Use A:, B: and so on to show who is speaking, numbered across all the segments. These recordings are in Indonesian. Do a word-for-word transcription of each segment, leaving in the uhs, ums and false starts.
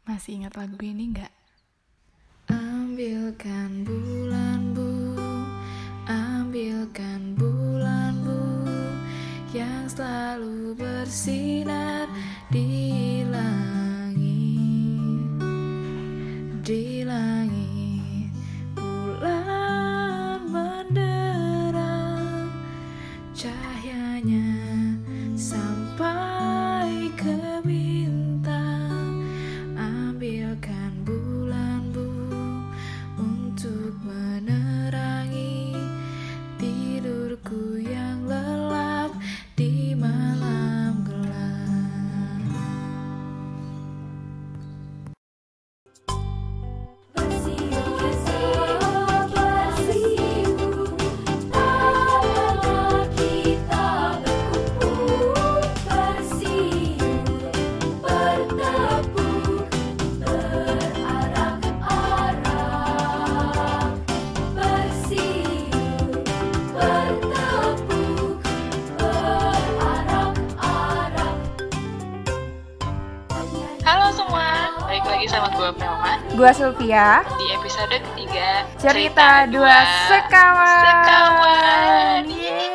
A: Masih ingat lagu ini nggak?
B: Ambilkan bulanmu, ambilkan bulanmu yang selalu bersinar di langit, di langit. Bulan menderang, cahayanya sampai ke bintang. Ambilkan bulanmu untuk menerangi tidurku yang lelap di malam gelap. Bersiul bersiul bersiul, tanda kita berkumpul. Bersiul bertepuk berarak-arak. Bersiul bertepuk berarak-arak.
C: Halo semua, balik lagi sama gue Melma
A: Gua Sylvia.
C: di episode ketiga
A: Cerita dua sekawan.
C: Sekawan.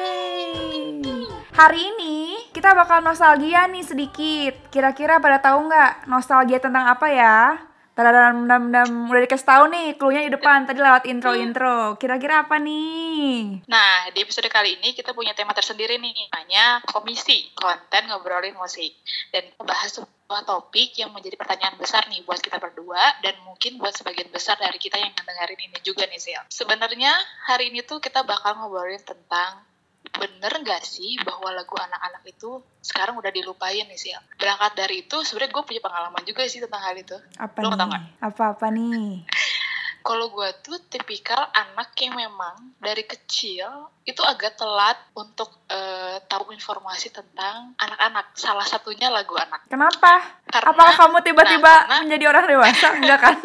A: Yeay. Hari ini kita bakal nostalgia nih sedikit. Kira-kira pada tahu nggak nostalgia tentang apa ya? Tadadam-dam-dam. Udah dikasih tahu nih, cluenya di depan tadi lewat intro-intro. Kira-kira apa nih?
C: Nah, di episode kali ini kita punya tema tersendiri nih, namanya komisi, konten ngobrolin musik. Dan kita bahas sebuah topik yang menjadi pertanyaan besar nih buat kita berdua, dan mungkin buat sebagian besar dari kita yang mendengarin ini juga nih, Sil. Sebenarnya hari ini tuh kita bakal ngobrolin tentang bener gak sih bahwa lagu anak-anak itu sekarang udah dilupain nih, Sil. Berangkat dari itu, sebenarnya gue punya pengalaman juga sih tentang hal itu.
A: Apa
C: Lo
A: nih?
C: tau gak?
A: Apa-apa nih?
C: Kalau gue tuh tipikal anak yang memang dari kecil itu agak telat untuk uh, tahu informasi tentang anak-anak. Salah satunya lagu anak.
A: Kenapa?
C: Karena,
A: Apakah kamu tiba-tiba
C: nah, karena,
A: menjadi orang dewasa? Enggak kan?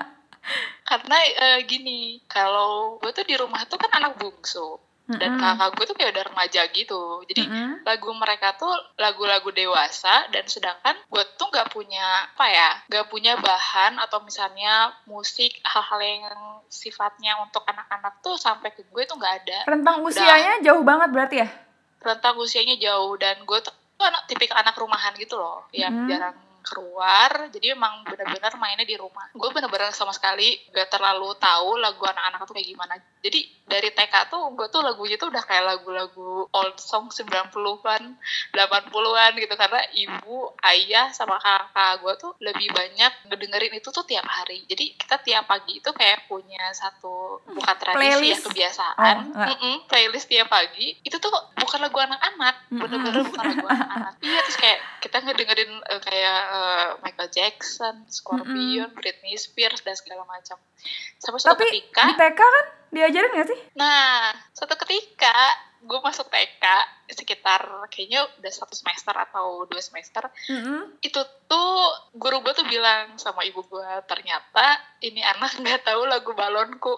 C: Karena uh, gini, kalau gue tuh di rumah tuh kan anak bungsu. Dan
A: Mm-mm.
C: kakak gue tuh kayak udah remaja gitu. Jadi
A: Mm-mm.
C: lagu mereka tuh lagu-lagu dewasa. Dan sedangkan gue tuh gak punya, apa ya, gak punya bahan atau misalnya musik, hal-hal yang sifatnya untuk anak-anak tuh sampai ke gue tuh gak ada.
A: Rentang usianya jauh banget berarti ya?
C: Rentang usianya jauh. Dan gue tuh anak, tipikal anak rumahan gitu loh. Yang
A: Mm.
C: jarang keluar, jadi emang benar-benar mainnya di rumah. Gue benar-benar sama sekali gak terlalu tahu lagu anak-anak tuh kayak gimana. Jadi dari T K tuh gue tuh lagunya tuh udah kayak lagu-lagu old song sembilan puluhan, delapan puluhan gitu. Karena ibu, ayah, sama kakak gue tuh lebih banyak ngedengerin itu tuh tiap hari. Jadi kita tiap pagi itu kayak punya satu, bukan tradisi ya, kebiasaan.
A: Oh,
C: playlist tiap pagi. Itu tuh bukan lagu anak-anak, bener-bener bukan lagu anak-anak. Iya, terus kayak kita ngedengerin uh, kayak uh, Michael Jackson, Scorpion, Mm-mm. Britney Spears, dan segala macam. Sampai suatu
A: Tapi
C: ketika,
A: di T K kan diajarin gak sih?
C: nah, suatu ketika gue masuk T K sekitar kayaknya udah satu semester atau dua semester. Mm-hmm. Itu tuh guru gue tuh bilang sama ibu gue, ternyata ini anak nggak tahu lagu balonku.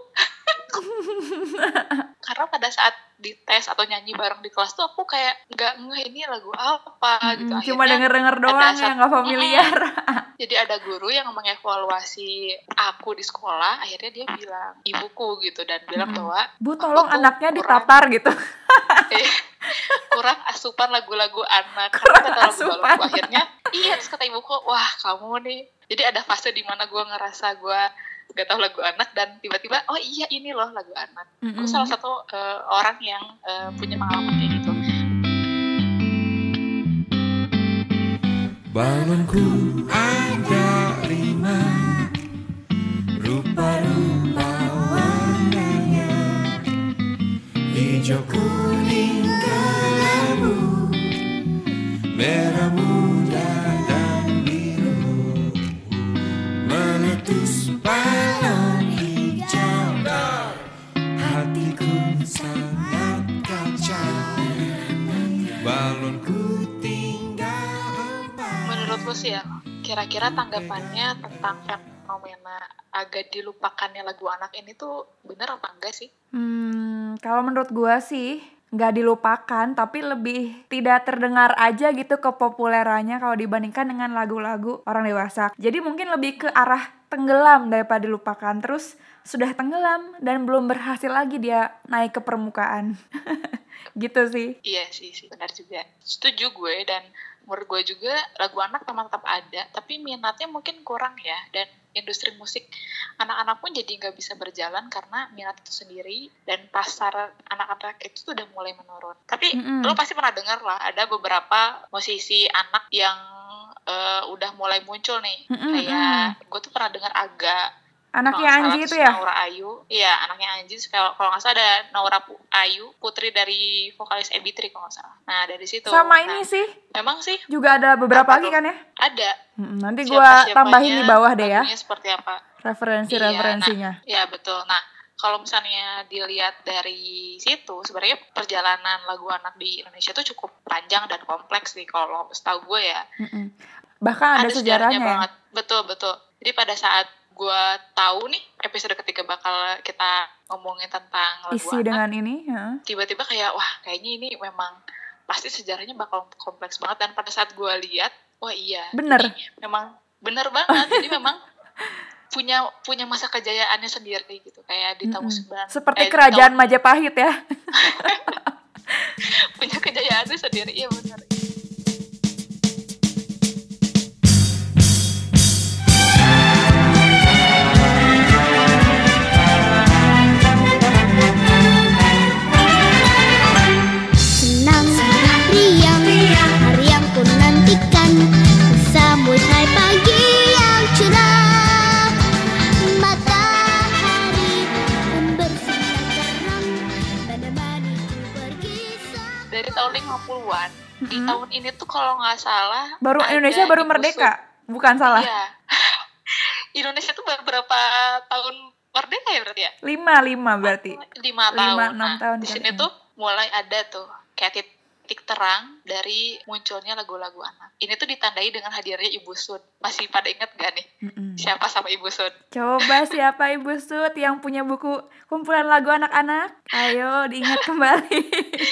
C: Karena pada saat dites atau nyanyi bareng di kelas tuh aku kayak nggak ngeh ini lagu apa mm-hmm. gitu.
A: Cuma denger-denger doang ya, nggak familiar.
C: Mm-hmm. Jadi ada guru yang mengevaluasi aku di sekolah, akhirnya dia bilang ibuku gitu, dan bilang mm-hmm. bahwa
A: Bu tolong anaknya kurang, ditatar gitu.
C: eh, kurang asupan lagu-lagu anak.
A: Kurang
C: Karena kata
A: asupan.
C: lagu akhirnya iya, terus kata ibuku, wah kamu nih. Jadi ada fase di mana gue ngerasa gue gak tahu lagu anak, dan tiba-tiba oh iya ini loh lagu anak. Mm-hmm. Gue salah satu uh, orang yang uh, punya pengalaman kayak gitu.
D: Balonku ada lima, rupa-rupa warnanya, hijau, kuning, kelabu, merah muda dan biru. Meletus balon hijau, hatiku sangat kacau. Balonku
C: menurut lo sih ya, kira-kira tanggapannya tentang fenomena agak dilupakannya lagu anak ini tuh bener apa enggak sih?
A: Hmm, kalau menurut gue sih nggak dilupakan, tapi lebih tidak terdengar aja gitu kepopulerannya kalau dibandingkan dengan lagu-lagu orang dewasa. Jadi mungkin lebih ke arah tenggelam daripada dilupakan. Terus sudah tenggelam dan belum berhasil lagi dia naik ke permukaan. Gitu sih.
C: Iya sih, sih benar juga. Setuju gue, dan menurut gue juga lagu anak memang tetap ada, tapi minatnya mungkin kurang ya, dan industri musik anak-anak pun jadi nggak bisa berjalan karena minat itu sendiri, dan pasar anak-anak itu tuh udah mulai menurun. Tapi
A: Mm-mm.
C: lo pasti pernah dengar lah, ada beberapa musisi anak yang uh, udah mulai muncul nih.
A: Mm-mm,
C: Kayak gue tuh pernah dengar Aga,
A: Anaknya
C: kalau nggak
A: Anji
C: salah,
A: itu
C: terus
A: ya?
C: Naura Ayu, iya anaknya Anji. Kalau kalau nggak salah ada Naura Pu- Ayu, putri dari vokalis E B tiga kalau nggak salah. Nah dari situ.
A: Sama
C: Nah,
A: ini sih,
C: memang sih
A: juga ada beberapa
C: Apa
A: lagi
C: tuh?
A: kan ya?
C: ada.
A: Mm-mm, nanti gue
C: Siapa-siapanya,
A: tambahin di bawah deh ya,
C: lagunya seperti apa?
A: referensi-referensinya.
C: Iya betul. Nah kalau misalnya dilihat dari situ, sebenarnya perjalanan lagu anak di Indonesia tuh cukup panjang dan kompleks nih kalau setahu gue ya.
A: Mm-mm. Bahkan ada, sejarahnya ya?
C: banget. Betul betul. Jadi pada saat gue tahu nih episode ketiga bakal kita ngomongin tentang lagu
A: Isi
C: anak,
A: dengan ini, ya.
C: tiba-tiba kayak wah kayaknya ini memang pasti sejarahnya bakal kompleks banget. Dan pada saat gue lihat, wah iya,
A: Bener.
C: jadi memang bener banget. Jadi memang punya punya masa kejayaannya sendiri gitu, kayak di tahun
A: Mm-mm.
C: sembilan
A: Seperti
C: eh,
A: kerajaan
C: tahun-
A: Majapahit ya.
C: punya kejayaannya sendiri. Iya benar.
E: Senang, riang, hari yang ku nantikan, sambut hai pagi yang cerah. Matahari pun bersinar terang, menemani ku pergi sampai.
C: Dari tahun lima puluhan, di
A: Mm-mm.
C: tahun ini tuh kalau nggak salah
A: Baru
C: ada
A: Indonesia baru
C: Ibu
A: merdeka,
C: Sud.
A: bukan salah.
C: Iya. Indonesia tuh baru berapa tahun merdeka ya berarti ya?
A: Lima, lima berarti.
C: Lima
A: Lima,
C: tahun.
A: enam
C: Nah,
A: tahun
C: di
A: kan,
C: sini
A: ya.
C: tuh mulai ada tuh kayak titik terang dari munculnya lagu-lagu anak. Ini tuh ditandai dengan hadirnya Ibu Sud. Masih pada inget gak nih
A: Mm-mm.
C: siapa sama Ibu Sud?
A: Coba siapa Ibu Sud yang punya buku kumpulan lagu anak-anak? Ayo diingat kembali.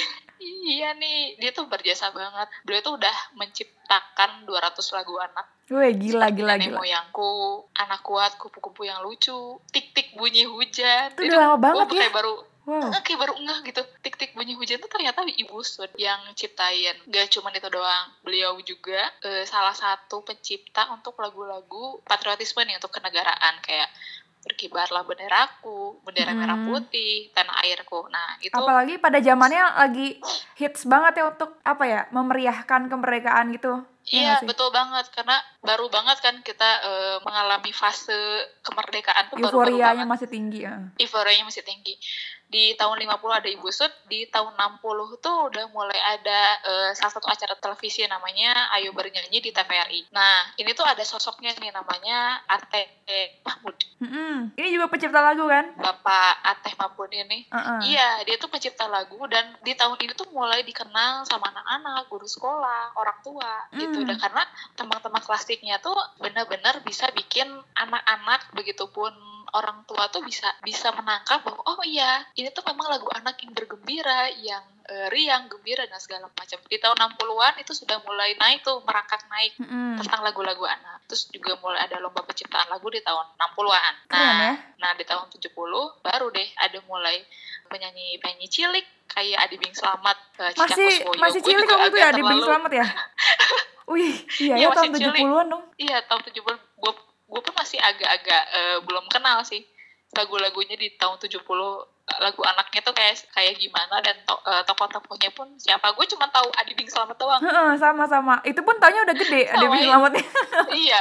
C: Iya nih, dia tuh berjasa banget. Beliau tuh udah menciptakan dua ratus lagu anak.
A: Wih, gila,
C: Seperti
A: gila,
C: Nenek
A: gila.
C: Moyangku, Anak Kuat, Kupu-Kupu yang Lucu, Tik-Tik Bunyi Hujan.
A: Itu udah lama banget
C: gua
A: ya?
C: kayak baru
A: Wow.
C: Eh, kayak baru ngeh gitu. Tik-tik bunyi hujan tuh ternyata Ibu Sud yang ciptain. Gak cuma itu doang, beliau juga eh, salah satu pencipta untuk lagu-lagu patriotisme nih, untuk kenegaraan, kayak Berkibarlah benderaku, bendera
A: Hmm.
C: merah putih, tanah airku. Nah itu
A: Apalagi pada zamannya lagi hits banget ya untuk apa ya, memeriahkan kemerdekaan gitu. Ya
C: iya
A: nggak sih?
C: betul banget, karena baru banget kan kita eh, mengalami fase kemerdekaan tuh baru-baru
A: Euforianya
C: banget.
A: masih tinggi ya.
C: Euforianya masih tinggi. Di tahun lima puluh ada Ibu Sud, di tahun enam puluh tuh udah mulai ada eh, salah satu acara televisi namanya Ayo Bernyanyi di T V R I. Nah, ini tuh ada sosoknya nih namanya Ateh Mahmud.
A: Mm-mm. Ini juga pencipta lagu kan?
C: Bapak Ateh Mahmud ini.
A: Uh-uh.
C: Iya, dia tuh pencipta lagu, dan di tahun ini tuh mulai dikenal sama anak-anak, guru sekolah, orang tua gitu.
A: Hmm.
C: Dan karena teman-teman klasiknya tuh benar-benar bisa bikin anak-anak, begitupun orang tua tuh bisa bisa menangkap bahwa oh iya, ini tuh memang lagu anak yang bergembira, yang eh, riang, gembira dan segala macam. Di tahun enam puluhan itu sudah mulai naik tuh, merangkak naik
A: Mm-mm.
C: tentang lagu-lagu anak. Terus juga mulai ada lomba penciptaan lagu di tahun enam puluhan.
A: Keren
C: Nah,
A: ya.
C: nah di tahun tujuh puluh baru deh ada mulai penyanyi-penyanyi cilik kayak Adi Bing Slamet, eh, Cica
A: Masih
C: Kuswoyo.
A: masih
C: Gue
A: cilik
C: juga
A: kamu tuh
C: agak
A: ya di Bing
C: terlalu-
A: Slamet ya? Wih, iya
C: Iya,
A: ya
C: masih
A: tahun
C: cilik.
A: tujuh puluhan dong.
C: Iya, tahun tujuh puluh gue gue pun masih agak-agak eh, belum kenal sih lagu-lagunya di tahun tujuh puluh, lagu anaknya tuh kayak kayak gimana, dan to- eh, tokoh-tokohnya pun siapa. Gue cuma tahu Adi Bing Slamet doang.
A: Heeh, sama-sama. Itu pun taunya udah gede, ada
C: Sama
A: Bing
C: ya.
A: Slametnya.
C: Iya.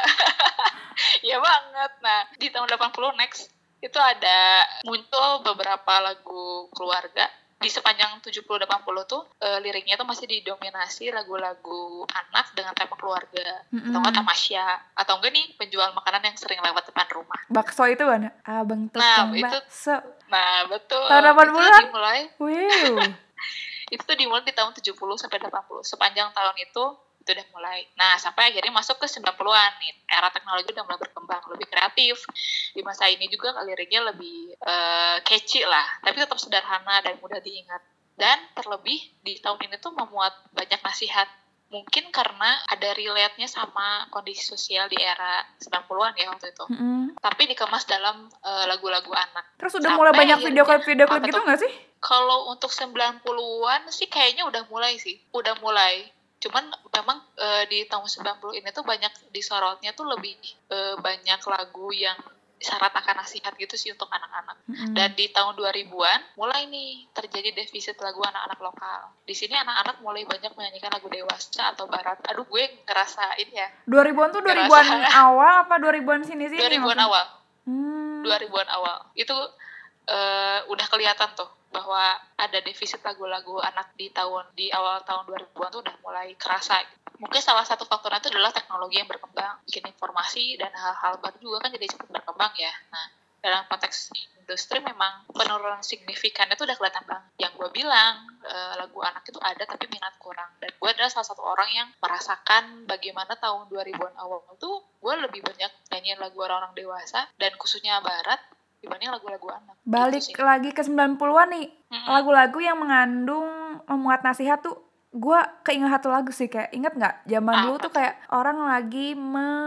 C: Iya banget. Nah, di tahun delapan puluh next itu ada muncul beberapa lagu keluarga. Di sepanjang tujuh puluh delapan puluh tuh eh, liriknya tuh masih didominasi lagu-lagu anak dengan tema keluarga. Atau enggak
A: Mm-mm.
C: tamasya, atau enggak nih penjual makanan yang sering lewat depan rumah.
A: Bakso itu kan, abang
C: Nah,
A: tukang
C: itu-
A: bakso.
C: Nah, betul.
A: Tahun delapan
C: Itu
A: puluhan?
C: dimulai
A: Wow.
C: itu tuh dimulai di tahun tujuh puluh sampai delapan puluh. Sepanjang tahun itu itu udah mulai. Nah, sampai akhirnya masuk ke sembilan puluhan nih. Era teknologi udah mulai berkembang, lebih kreatif. Di masa ini juga liriknya lebih eh, catchy lah, tapi tetap sederhana dan mudah diingat. Dan terlebih di tahun ini tuh memuat banyak nasihat. Mungkin karena ada relate-nya sama kondisi sosial di era sembilan puluhan ya waktu itu.
A: Mm-mm.
C: Tapi dikemas dalam uh, lagu-lagu anak.
A: Terus udah
C: Sampai
A: mulai banyak
C: akhirnya-
A: video klip-video klip
C: apa
A: gitu
C: tuh?
A: nggak sih?
C: Kalau untuk sembilan puluhan sih kayaknya udah mulai sih. Udah mulai. Cuman memang uh, di tahun sembilan puluh ini tuh banyak disorotnya tuh lebih uh, banyak lagu yang syarat akan nasihat gitu sih untuk anak-anak.
A: Mm-mm.
C: Dan di tahun dua ribuan mulai nih terjadi defisit lagu anak-anak lokal. Di sini anak-anak mulai banyak menyanyikan lagu dewasa atau barat. Aduh, gue ngerasain ya.
A: dua ribuan tuh dua
C: Ngerasa.
A: ribuan awal apa dua ribuan sini-sini?
C: dua ribuan
A: maksudnya?
C: awal.
A: Hmm.
C: dua ribuan awal. Itu eh, udah kelihatan tuh bahwa ada defisit lagu-lagu anak di tahun di awal tahun dua ribuan tuh udah mulai kerasa. Mungkin salah satu faktornya itu adalah teknologi yang berkembang, bikin informasi dan hal-hal baru juga kan jadi cepat berkembang ya. Nah, dalam konteks industri memang penurunan signifikannya itu udah kelihatan banget. Yang gue bilang, eh, lagu anak itu ada tapi minat kurang. Dan gue adalah salah satu orang yang merasakan bagaimana tahun dua ribuan awal itu gue lebih banyak nyanyiin lagu orang-orang dewasa dan khususnya barat dibanding lagu-lagu anak.
A: Balik
C: Gitu sih.
A: lagi ke sembilan puluhan nih.
C: Mm-mm.
A: Lagu-lagu yang mengandung memuat nasihat tuh gue keinget satu lagu sih, kayak inget nggak zaman dulu
C: Apa
A: tuh kayak orang lagi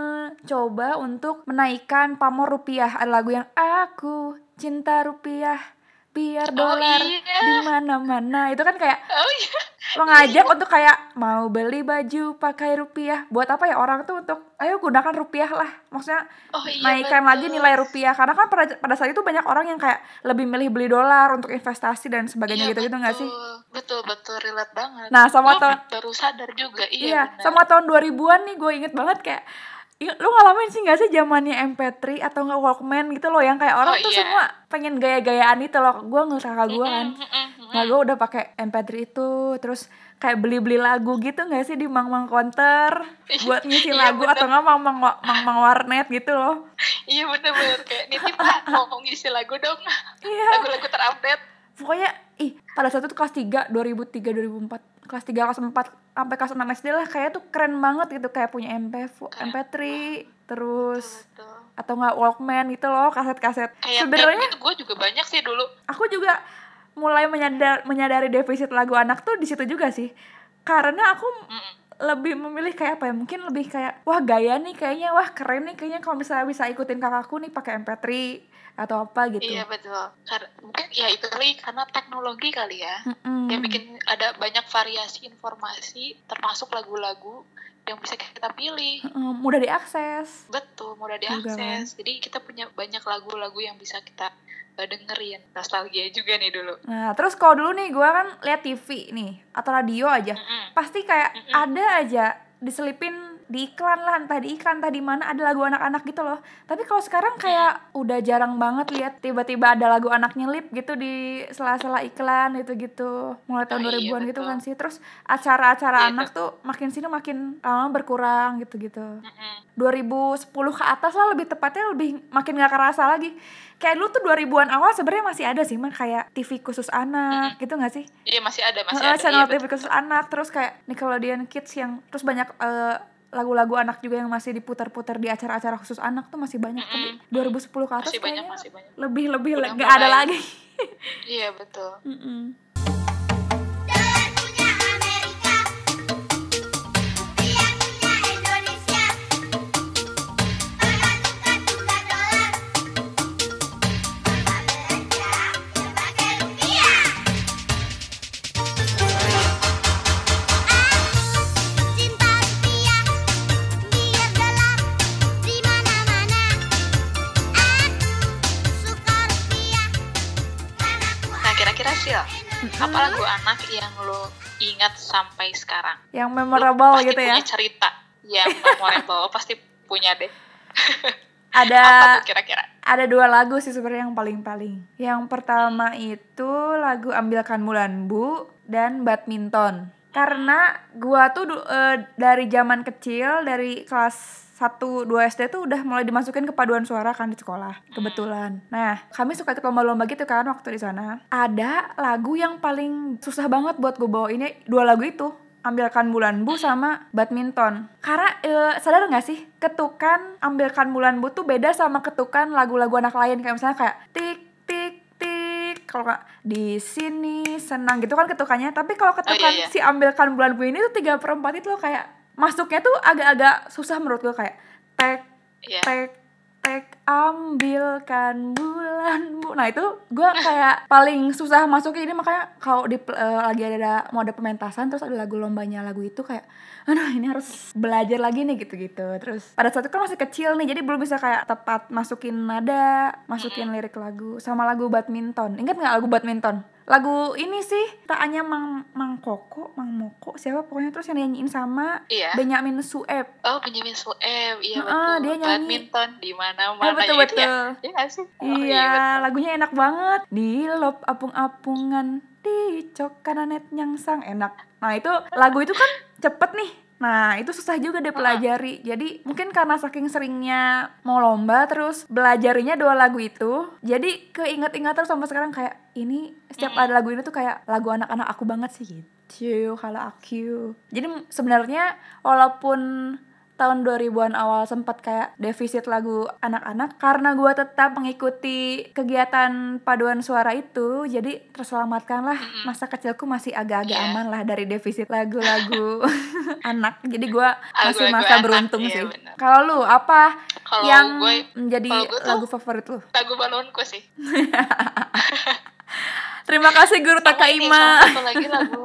A: mencoba untuk menaikkan pamor rupiah. Ada lagu yang aku cinta rupiah biar
C: Oh,
A: dolar
C: iya.
A: di mana-mana. Itu kan kayak
C: Oh iya.
A: mengajak untuk kayak mau beli baju pakai rupiah. Buat apa ya orang tuh untuk ayo gunakan rupiah lah. Maksudnya
C: Oh iya.
A: naikkan
C: betul.
A: lagi nilai rupiah, karena kan pada, pada saat itu banyak orang yang kayak lebih milih beli dolar untuk investasi dan sebagainya
C: Iya,
A: gitu-gitu nggak
C: betul.
A: sih?
C: Betul, betul, relate banget.
A: Nah, sama
C: Gue
A: tahun-
C: baru sadar juga, iya,
A: Iya,
C: benar.
A: sama tahun dua ribuan nih gue inget banget kayak i- lu ngalamin sih gak sih zamannya M P tiga atau nggak Walkman gitu loh, yang kayak orang
C: Oh,
A: tuh
C: iya.
A: semua pengen gaya-gayaan itu loh. Gue ngeliat kakak gue kan,
C: Mm-mm, mm-mm, mm-mm.
A: nah gue udah pakai M P tiga itu, terus kayak beli-beli lagu gitu nggak sih di mang-mang counter buat ngisi
C: Iya,
A: lagu
C: bener.
A: atau nggak mang-mang mang-mang warnet gitu loh.
C: Iya bener-bener kayak nitip pak mau ngisi lagu dong.
A: Iya.
C: Lagu-lagu terupdate.
A: Pokoknya ih pada saat itu kelas tiga, dua ribu tiga, dua ribu empat, kelas tiga, kelas empat sampai kelas enam S D lah, kayak tuh keren banget gitu, kayak punya M P M P tiga terus
C: Betul.
A: atau nggak Walkman gitu loh, kaset-kaset.
C: Kayak
A: Sebenarnya
C: itu gue juga banyak sih dulu.
A: aku juga mulai menyadar menyadari defisit lagu anak tuh di situ juga sih, karena aku
C: Mm-mm.
A: lebih memilih kayak apa ya, mungkin lebih kayak wah gaya nih kayaknya, wah keren nih kayaknya kalau misalnya bisa ikutin kakakku nih pakai M P tiga atau apa gitu.
C: Iya betul. Karena mungkin ya itu kali karena teknologi kali ya.
A: Mm-mm.
C: Yang bikin ada banyak variasi informasi termasuk lagu-lagu yang bisa kita pilih.
A: Mm, mudah diakses.
C: Betul, mudah
A: Juga
C: diakses. Jadi kita punya banyak lagu-lagu yang bisa kita uh, dengerin. Nostalgia juga nih dulu.
A: Nah, terus kalau dulu nih gue kan lihat T V nih atau radio aja,
C: Mm-mm.
A: pasti kayak
C: Mm-mm.
A: ada aja diselipin di iklan lah, entah di iklan entah di mana ada lagu anak-anak gitu loh. Tapi kalau sekarang kayak udah jarang banget lihat tiba-tiba ada lagu anak nyelip gitu di sela-sela iklan gitu-gitu. Mulai tahun
C: Oh,
A: dua ribuan
C: iya,
A: gitu
C: betul.
A: kan sih. Terus acara-acara
C: Iya,
A: anak tuh makin sini makin lama berkurang gitu-gitu.
C: Mm-mm.
A: dua ribu sepuluh ke atas lah, lebih tepatnya lebih makin gak kerasa lagi. Kayak dulu tuh dua ribuan awal sebenarnya masih ada sih mah kayak T V khusus anak gitu gak sih?
C: Iya masih ada, masih
A: Heeh,
C: ada.
A: channel
C: Iya,
A: T V khusus anak, terus kayak Nickelodeon Kids yang terus banyak eh, lagu-lagu anak juga yang masih diputar-putar di acara-acara khusus anak tuh masih banyak. Tapi
C: Mm-mm.
A: dua ribu sepuluh ke atas
C: Masih banyak,
A: kayaknya
C: masih banyak.
A: lebih-lebih
C: Udah
A: nggak ada
C: mulai.
A: lagi.
C: Iya betul.
A: Mm-mm.
E: Dolar punya Amerika, rupiah punya Indonesia, orang tukar juga dolar, maka belanja ya pakai rupiah. Aku cinta rupiah, biar dolar di mana-mana. Aku suka rupiah karena ku
C: Nah kira-kira sih apa lagu anak yang lo ingat sampai sekarang?
A: Yang
C: Lo
A: memorable
C: pasti
A: gitu ya.
C: punya cerita yang memorable pasti punya deh.
A: Ada
C: Apa tuh kira-kira?
A: ada dua lagu sih sebenarnya yang paling-paling. Yang pertama itu lagu Ambilkanmu Lambu dan Badminton. Karena gua tuh du- eh, dari zaman kecil, dari kelas satu dua S D tuh udah mulai dimasukin ke paduan suara kan di sekolah, kebetulan. Nah, kami suka ikut lomba-lomba gitu kan waktu di sana. Ada lagu yang paling susah banget buat gue bawa, ini dua lagu itu, Ambilkan Bulan Bu sama Badminton. Karena eh, sadar gak sih, ketukan Ambilkan Bulan Bu tuh beda sama ketukan lagu-lagu anak lain. Kayak misalnya kayak tik tik tik kalau nggak di sini senang gitu kan ketukannya. Tapi kalau ketukan
C: iya, iya.
A: si ambilkan bulanmu ini tuh tiga per empat itu loh, kayak masuknya tuh agak-agak susah menurut gue, kayak tek
C: Iya.
A: tek tek ambilkan bulanmu. Nah itu gue kayak paling susah masuknya. Ini makanya kalau di eh, lagi ada mau ada pementasan terus ada lagu lombanya lagu itu, kayak aduh ini harus belajar lagi nih gitu-gitu. Terus pada saat itu kan masih kecil nih, jadi belum bisa kayak tepat masukin nada, masukin lirik lagu. Sama lagu badminton, ingat nggak lagu badminton? Lagu ini sih taannya Mang Mang Koko, Mang Moko, siapa pokoknya, terus yang nyanyiin sama
C: Iya.
A: Benyamin Sueb.
C: Oh, Benjamin Sueb, iya
A: Heeh,
C: betul.
A: dia nyanyi.
C: Badminton di
A: Eh
C: mana-mana
A: betul
C: ya, itu
A: betul.
C: ya. Iya nggak sih? Oh,
A: Iya,
C: betul.
A: lagunya enak banget. Di lop apung-apungan, di cok kananet nyangsang, enak. Nah itu lagu itu kan cepet nih. Nah itu susah juga deh pelajari. Jadi mungkin karena saking seringnya mau lomba terus belajarinya dua lagu itu, jadi keinget-ingat terus sampai sekarang, kayak ini setiap ada lagu ini tuh kayak lagu anak-anak aku banget sih gitu kalau aku. Jadi sebenarnya walaupun tahun dua ribuan awal sempat kayak defisit lagu anak-anak, karena gue tetap mengikuti kegiatan paduan suara itu, jadi terselamatkan lah. Masa kecilku masih agak-agak
C: Iya.
A: aman lah dari defisit lagu-lagu anak. Jadi gue masih
C: Lagu-lagu
A: masa
C: anak,
A: beruntung
C: iya,
A: sih.
C: bener.
A: Kalau lu apa
C: Kalau
A: yang
C: gue-
A: menjadi
C: kalau gue tuh-
A: lagu favorit lu?
C: Lagu balonku sih.
A: Terima kasih guru
C: Sama
A: Taka
C: ini,
A: Ima.
C: sama satu lagi lagu.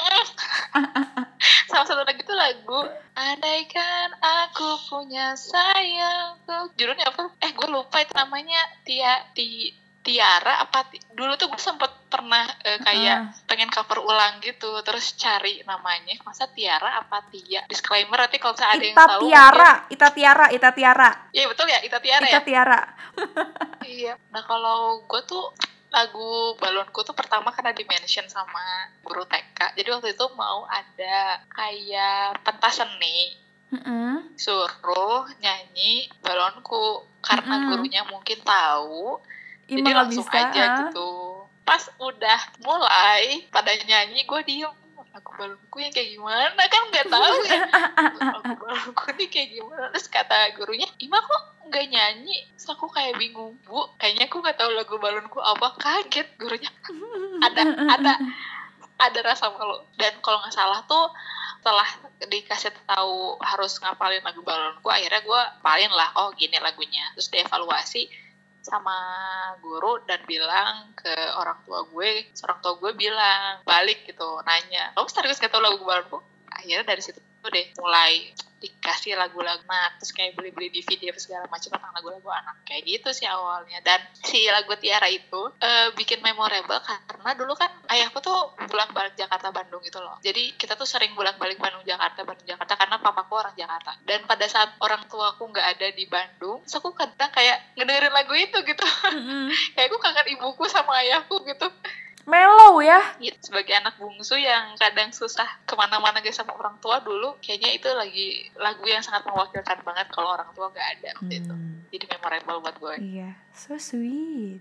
C: Sama satu lagi tuh lagu Andaikan Aku Punya Sayang. Tuh, judulnya apa? Eh, gue lupa itu namanya. Tia ti Tiara apa ti- dulu tuh gue sempet pernah eh, kayak
A: Ah.
C: pengen cover ulang gitu, terus cari namanya masa Tiara apa Tia, disclaimer nanti kalau misalnya ada yang
A: Ita
C: tahu
A: Tiara, Ita Tiara, Ita Tiara,
C: mungkin- iya betul ya, Ita Tiara
A: Ita
C: ya.
A: Tiara.
C: Iya. Nah kalau gue tuh lagu balonku tuh pertama karena di-mention sama guru T K. Jadi waktu itu mau ada kayak pentas seni,
A: Mm-mm.
C: suruh nyanyi balonku karena
A: Mm-mm.
C: gurunya mungkin tahu.
A: Ima
C: Jadi
A: nggak
C: langsung
A: bisa,
C: aja
A: ah.
C: gitu. Pas udah mulai pada nyanyi, gue diem. Lagu balonku yang kayak gimana kan nggak tahu ya. Lagu balonku nih kayak gimana. Terus kata gurunya, Ima kok nggak nyanyi? Terus aku kayak bingung, Bu. Kayaknya aku nggak tahu lagu balonku apa. Kaget gurunya. ada ada ada rasa malu. Dan kalau nggak salah tuh setelah dikasih tahu harus ngapalin lagu balonku, akhirnya gue hafalin lah. Oh gini lagunya. Terus dievaluasi sama guru dan bilang ke orang tua gue, orang tua gue bilang balik gitu, nanya, kamu serius gak tau lagu balonku? Akhirnya dari situ tuh deh mulai dikasih lagu-lagu, nah terus kayak beli-beli D V D segala macam tentang lagu-lagu anak kayak gitu sih awalnya. Dan si lagu Tiara itu eh, bikin memorable karena dulu kan ayahku tuh bolak-balik Jakarta Bandung gitu loh, jadi kita tuh sering bolak-balik Bandung Jakarta Bandung Jakarta karena papaku orang Jakarta. Dan pada saat orang tuaku nggak ada di Bandung, terus aku kadang kayak ngedengerin lagu itu gitu.
A: Mm-mm.
C: Kayak aku kangen ibuku sama ayahku gitu.
A: Mellow ya.
C: Gitu, sebagai anak bungsu yang kadang susah kemana-mana guys sama orang tua dulu, kayaknya itu lagi lagu yang sangat mewakilkan banget kalau orang tua nggak ada waktu itu.
A: Hmm.
C: Jadi memorable buat gue.
A: Iya, so sweet.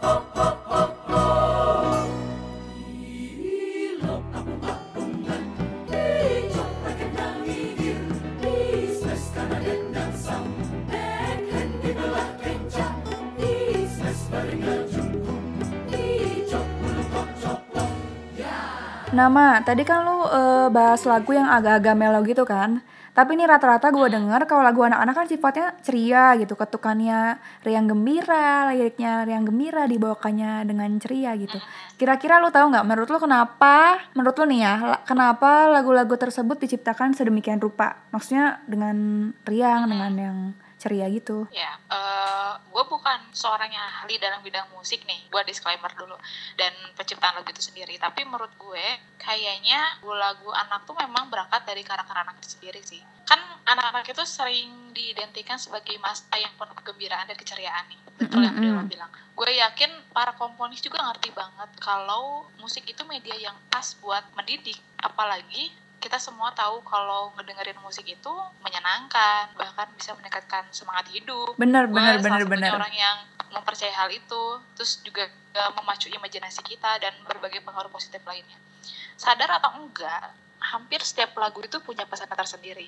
A: Nama, tadi kan lu eh, bahas lagu yang agak-agak mellow gitu kan. Tapi ini rata-rata gue denger kalau lagu anak-anak kan sifatnya ceria gitu. Ketukannya riang gembira, liriknya riang gembira, dibawakannya dengan ceria gitu. Kira-kira lu tahu nggak, menurut lu kenapa, menurut lu nih ya, la- kenapa lagu-lagu tersebut diciptakan sedemikian rupa? Maksudnya dengan riang, dengan yang ceria gitu.
C: Ya, eh gue bukan seorang yang ahli dalam bidang musik nih, gue disclaimer dulu, dan penciptaan lagu itu sendiri. Tapi menurut gue, kayaknya lagu anak tuh memang berangkat dari karakter anak itu sendiri sih. Kan anak-anak itu sering diidentikan sebagai masa yang penuh kegembiraan dan keceriaan nih. Betul yang
A: Mm-mm.
C: Dewa bilang. Gue yakin para komponis juga ngerti banget kalau musik itu media yang pas buat mendidik. Apalagi kita semua tahu kalau ngedengerin musik itu menyenangkan, bahkan bisa meningkatkan semangat hidup.
A: Bener,
C: Gue
A: bener,
C: salah
A: bener,
C: satunya
A: bener.
C: orang yang mempercayai hal itu, terus juga uh, memacu imajinasi kita dan berbagai pengaruh positif lainnya. Sadar atau enggak, hampir setiap lagu itu punya pesan tersendiri.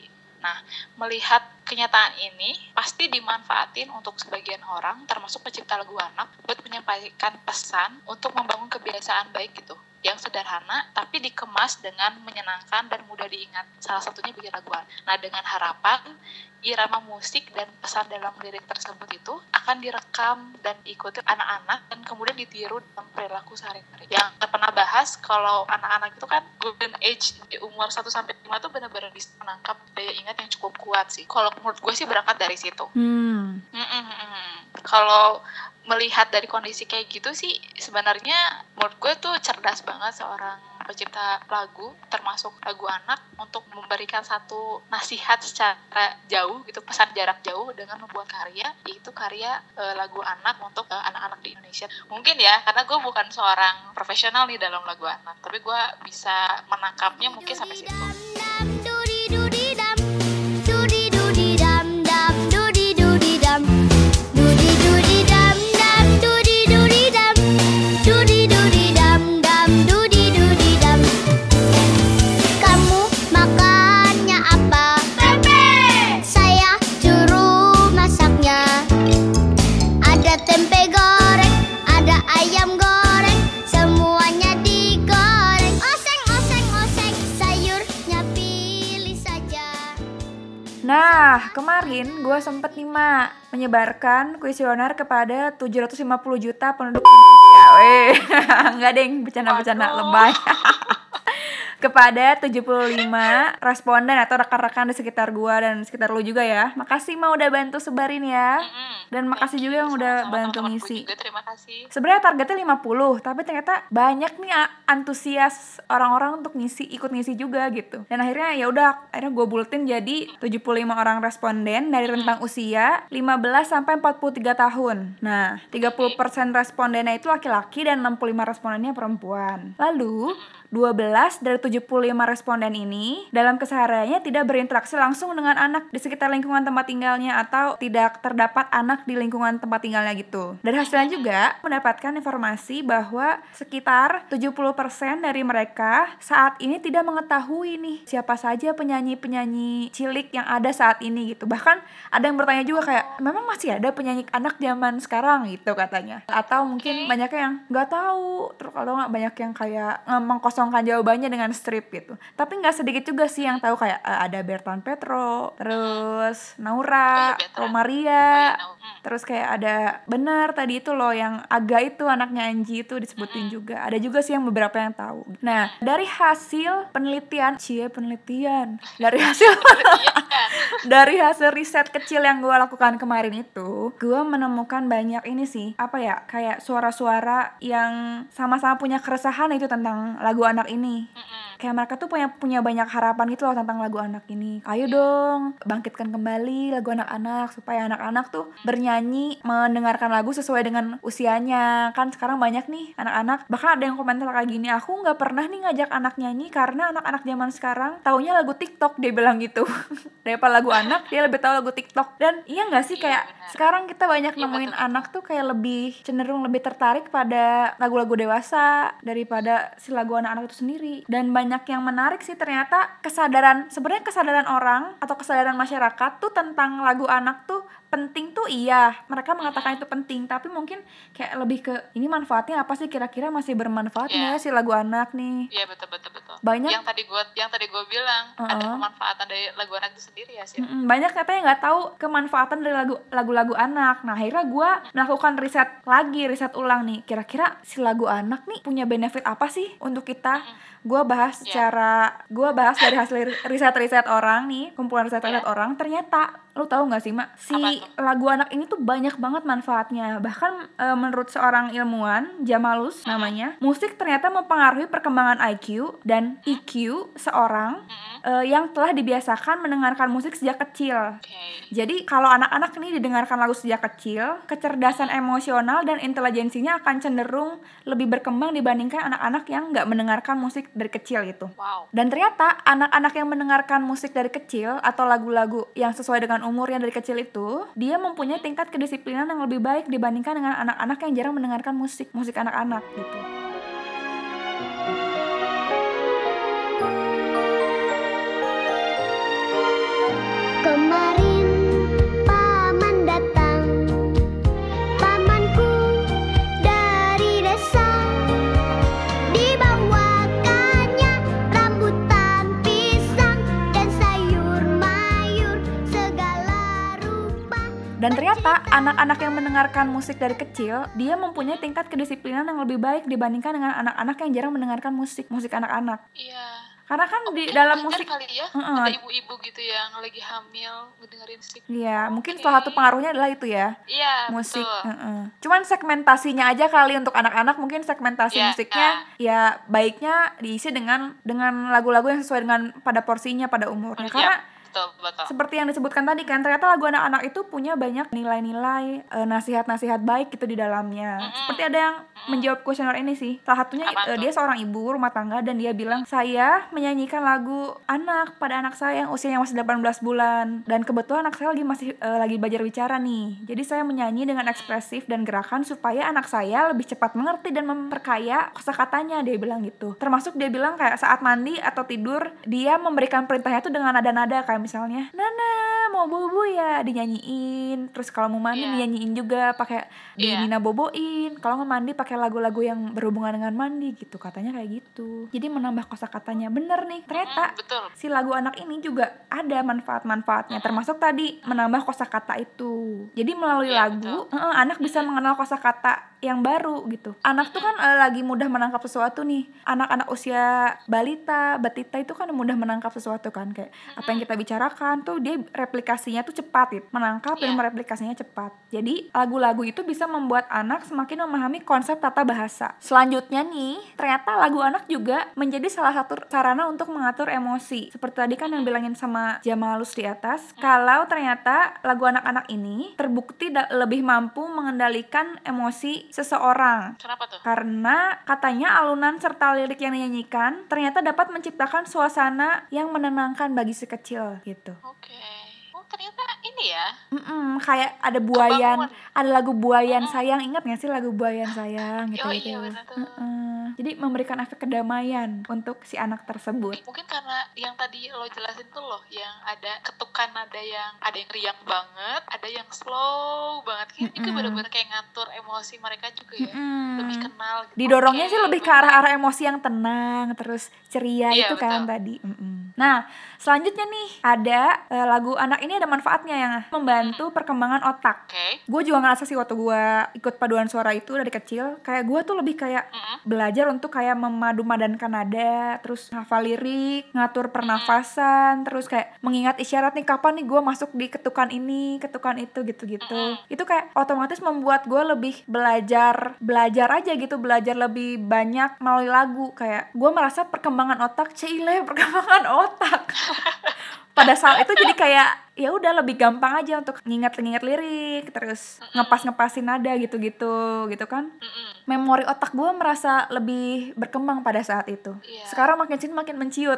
C: Nah, melihat kenyataan ini pasti dimanfaatin untuk sebagian orang, termasuk pencipta lagu anak, buat menyampaikan pesan untuk membangun kebiasaan baik gitu, yang sederhana tapi dikemas dengan menyenangkan dan mudah diingat. Salah satunya bikin lagu anak. Nah, dengan harapan irama musik dan pesan dalam lirik tersebut itu akan direkam dan diikuti anak-anak dan kemudian ditiru dalam perilaku sehari-hari. Yang kita pernah bahas, kalau anak-anak itu kan golden age di umur satu sampai lima tuh benar-benar bisa menangkap daya ingat yang cukup kuat sih. Kalau menurut gue sih berangkat dari situ.
A: Hmm.
C: Mm-mm. Kalau melihat dari kondisi kayak gitu sih, sebenarnya menurut gue tuh cerdas banget seorang pencipta lagu, termasuk lagu anak, untuk memberikan satu nasihat secara jauh gitu, pesan jarak jauh dengan membuat karya, yaitu karya e, lagu anak untuk e, anak-anak di Indonesia. Mungkin ya, karena gue bukan seorang profesional nih dalam lagu anak, tapi gue bisa menangkapnya mungkin sampai situ.
E: Dam dudi dudi dam, dudi dudi dam dam, dudi dudi dam, dudi dudi dam dam, dudi dudi dam, dudi dudi dam dam, dudi dudi dam. Kamu makannya apa? Tempe. Saya juru masaknya. Ada tempe goreng, ada ayam goreng, semuanya digoreng. Oseng oseng oseng, sayurnya pilih saja.
A: Nah, kemarin gue sempet nih, Mak, menyebarkan kuesioner kepada tujuh ratus lima puluh juta penduduk Indonesia. Weh, enggak deng, bercanda-bercanda
C: Waduh.
A: lebay. Kepada tujuh puluh lima responden atau rekan-rekan di sekitar gua dan sekitar lu juga ya. Makasih, Ma, udah bantu sebarin ya.
C: Mm-mm.
A: Dan makasih
C: Thank
A: juga
C: you.
A: yang udah
C: Sama-sama,
A: bantu
C: teman-temanku
A: ngisi.
C: juga, terima kasih.
A: Sebenarnya targetnya lima puluh, tapi ternyata banyak nih a- antusias orang-orang untuk ngisi, ikut ngisi juga gitu. Dan akhirnya ya udah, akhirnya gue buletin jadi tujuh puluh lima orang responden dari rentang usia lima belas sampai empat puluh tiga tahun. Nah, tiga puluh persen respondennya itu laki-laki dan enam puluh lima respondennya perempuan. Lalu, dua belas dari tujuh puluh lima responden ini dalam kesehariannya tidak berinteraksi langsung dengan anak di sekitar lingkungan tempat tinggalnya atau tidak terdapat anak di lingkungan tempat tinggalnya gitu. Dari hasilnya juga mendapatkan informasi bahwa sekitar tujuh puluh persen dari mereka saat ini tidak mengetahui nih siapa saja penyanyi-penyanyi cilik yang ada saat ini gitu. Bahkan ada yang bertanya juga kayak, memang masih ada penyanyi anak zaman sekarang gitu katanya. Atau mungkin banyaknya yang nggak tahu, terus kalau nggak banyak yang kayak mengkosongkan jawabannya dengan strip gitu. Tapi nggak sedikit juga sih yang tahu kayak eh, ada Bertrand Petro, terus Naura,
C: Oh iya, Bertrand.
A: Romaria,
C: Oh iya, no. Hmm.
A: terus kayak ada benar tadi itu loh yang Aga itu anaknya Anji itu disebutin juga. Ada juga sih yang beberapa yang tahu. Nah, dari hasil penelitian, cie penelitian, dari hasil
C: Iya kan?
A: dari hasil riset kecil yang gue lakukan kemarin itu, gue menemukan banyak ini sih, apa ya, kayak suara-suara yang sama-sama punya keresahan itu tentang lagu anak ini.
C: Mm-mm.
A: Kayak mereka tuh punya punya banyak harapan gitu loh tentang lagu anak ini. Ayo dong, bangkitkan kembali lagu anak-anak supaya anak-anak tuh bernyanyi, mendengarkan lagu sesuai dengan usianya. Kan sekarang banyak nih anak-anak, bahkan ada yang komentar kayak gini, aku nggak pernah nih ngajak anak nyanyi karena anak-anak zaman sekarang taunya lagu TikTok, dia bilang gitu. Daripada lagu anak, dia lebih tahu lagu TikTok. Dan iya nggak sih,
C: Iya,
A: kayak
C: benar.
A: sekarang kita banyak
C: Iya,
A: nemuin
C: betul.
A: anak tuh kayak lebih cenderung lebih tertarik pada lagu-lagu dewasa daripada si lagu anak-anak itu sendiri. Dan banyak yang menarik sih ternyata kesadaran, sebenarnya kesadaran orang atau kesadaran masyarakat tuh tentang lagu anak tuh penting tuh iya, mereka mengatakan itu penting, tapi mungkin kayak lebih ke ini manfaatnya apa sih, kira-kira masih bermanfaat nggak
C: Iya.
A: ya si lagu anak nih.
C: Iya, betul betul betul.
A: Banyak-
C: Yang tadi gue yang tadi gue bilang ada
A: Uh-uh.
C: kemanfaatan dari lagu anak itu sendiri ya sih.
A: Mm-mm, banyak katanya nggak tahu kemanfaatan dari lagu lagu-lagu anak. Nah akhirnya gue melakukan riset lagi, riset ulang nih. Kira-kira si lagu anak nih punya benefit apa sih untuk kita? Gue bahas
C: Iya.
A: secara, gue bahas dari hasil riset-riset orang nih, kumpulan riset-riset
C: Iya.
A: orang. Ternyata lu tahu nggak sih, Mak? Si
C: Apa tuh?
A: lagu anak ini tuh banyak banget manfaatnya. Bahkan e, menurut seorang ilmuwan Jamalus namanya, musik ternyata mempengaruhi perkembangan I Q dan E Q seorang
C: Mm-mm.
A: e, yang telah dibiasakan mendengarkan musik sejak kecil.
C: Oke.
A: Jadi kalau anak-anak ini didengarkan lagu sejak kecil, kecerdasan emosional dan intelijensinya akan cenderung lebih berkembang dibandingkan anak-anak yang nggak mendengarkan musik dari kecil gitu.
C: Wow.
A: Dan ternyata anak-anak yang mendengarkan musik dari kecil atau lagu-lagu yang sesuai dengan umurnya dari kecil itu, dia mempunyai tingkat kedisiplinan yang lebih baik dibandingkan dengan anak-anak yang jarang mendengarkan musik, musik anak-anak gitu. anak-anak yang mendengarkan musik dari kecil, dia mempunyai tingkat kedisiplinan yang lebih baik dibandingkan dengan anak-anak yang jarang mendengarkan musik, musik anak-anak.
C: Iya.
A: Karena kan di
C: Mungkin
A: dalam
C: wajar
A: musik,
C: kali ya,
A: Heeh.
C: ada ibu-ibu gitu yang lagi hamil ngedengerin musik.
A: ya mungkin
C: Oke.
A: salah satu pengaruhnya adalah itu ya,
C: Iya,
A: musik.
C: betul.
A: Heeh. Cuman segmentasinya aja kali untuk anak-anak, mungkin segmentasi
C: Ya,
A: musiknya ya baiknya diisi dengan dengan lagu-lagu yang sesuai dengan pada porsinya, pada umurnya.
C: Iya,
A: Karena
C: betul, betul.
A: seperti yang disebutkan tadi kan, ternyata lagu anak-anak itu punya banyak nilai-nilai, eh, nasihat-nasihat baik gitu di dalamnya.
C: Mm-mm.
A: Seperti ada yang menjawab kuesioner ini sih. Salah satunya
C: Apa
A: eh,
C: tuh?
A: dia seorang ibu rumah tangga dan dia bilang, "Saya menyanyikan lagu anak pada anak saya yang usianya masih delapan belas bulan dan kebetulan anak saya lagi masih eh, lagi belajar bicara nih. Jadi saya menyanyi dengan ekspresif dan gerakan supaya anak saya lebih cepat mengerti dan memperkaya kosakatanya," dia bilang gitu. Termasuk dia bilang kayak saat mandi atau tidur dia memberikan perintahnya tuh dengan nada-nada kayak misalnya, "Nana, mau bobo ya," dinyanyiin. Terus kalau mau mandi
C: Iya.
A: dinyanyiin juga pakai di
C: Iya.
A: Nina boboin. Kalau nggak mandi pakai lagu-lagu yang berhubungan dengan mandi gitu, katanya kayak gitu. Jadi menambah kosakatanya. Bener nih, ternyata
C: Mm, betul.
A: si lagu anak ini juga ada manfaat-manfaatnya, termasuk tadi menambah kosakata itu. Jadi melalui
C: Iya,
A: lagu, eh, anak bisa mengenal kosakata yang baru gitu. Anak tuh kan eh, lagi mudah menangkap sesuatu nih. Anak-anak usia balita, batita itu kan mudah menangkap sesuatu kan, kayak apa yang kita bicarakan tuh dia replikasinya tuh cepat gitu. Menangkap dan
C: Iya.
A: mereplikasinya cepat. Jadi lagu-lagu itu bisa membuat anak semakin memahami konsep tata bahasa. Selanjutnya nih, ternyata lagu anak juga menjadi salah satu sarana untuk mengatur emosi. Seperti tadi kan yang bilangin sama Jamalus di atas, kalau ternyata lagu anak-anak ini terbukti da- lebih mampu mengendalikan emosi seseorang.
C: Kenapa tuh?
A: Karena katanya alunan serta lirik yang dinyanyikan ternyata dapat menciptakan suasana yang menenangkan bagi si kecil gitu.
C: Oke. Oh, ternyata ini ya.
A: Mm-mm, kayak ada buayan,
C: Kebangun.
A: ada lagu buayan sayang, ingat gak sih lagu buayan sayang gitu
C: Oh,
A: gitu.
C: iya, benar tuh.
A: Jadi memberikan efek kedamaian untuk si anak tersebut.
C: Mungkin karena yang tadi lo jelasin tuh loh, yang ada ketukan nada yang ada yang riang banget, ada yang slow banget. Ini juga
A: Mm-mm.
C: benar-benar kayak ngatur emosi mereka juga ya.
A: Mm-mm.
C: Lebih kenal gitu.
A: Didorongnya
C: Oke,
A: sih lebih ke arah-arah emosi yang tenang, terus ceria
C: Iya,
A: itu kan
C: betul.
A: tadi. Mm-mm. Nah, selanjutnya nih ada eh, lagu anak ini ada manfaatnya yang membantu perkembangan otak.
C: Oke.
A: Gue juga ngerasa sih waktu gue ikut paduan suara itu dari kecil, kayak gue tuh lebih kayak
C: Mm-mm.
A: belajar untuk kayak memadu-madankan nada, terus hafal lirik, ngatur pernafasan, terus kayak mengingat isyarat nih kapan nih gue masuk di ketukan ini, ketukan itu gitu-gitu. Itu kayak otomatis membuat gue lebih belajar, belajar aja gitu, belajar lebih banyak melalui lagu. Kayak gue merasa perkembangan otak, cile perkembangan otak. Pada saat itu jadi kayak ya udah lebih gampang aja untuk nginget-nginget lirik, terus ngepas-ngepasin nada gitu-gitu gitu kan.
C: Mm-mm.
A: Memori otak gue merasa lebih berkembang pada saat itu.
C: Iya.
A: Sekarang makin sini makin menciut.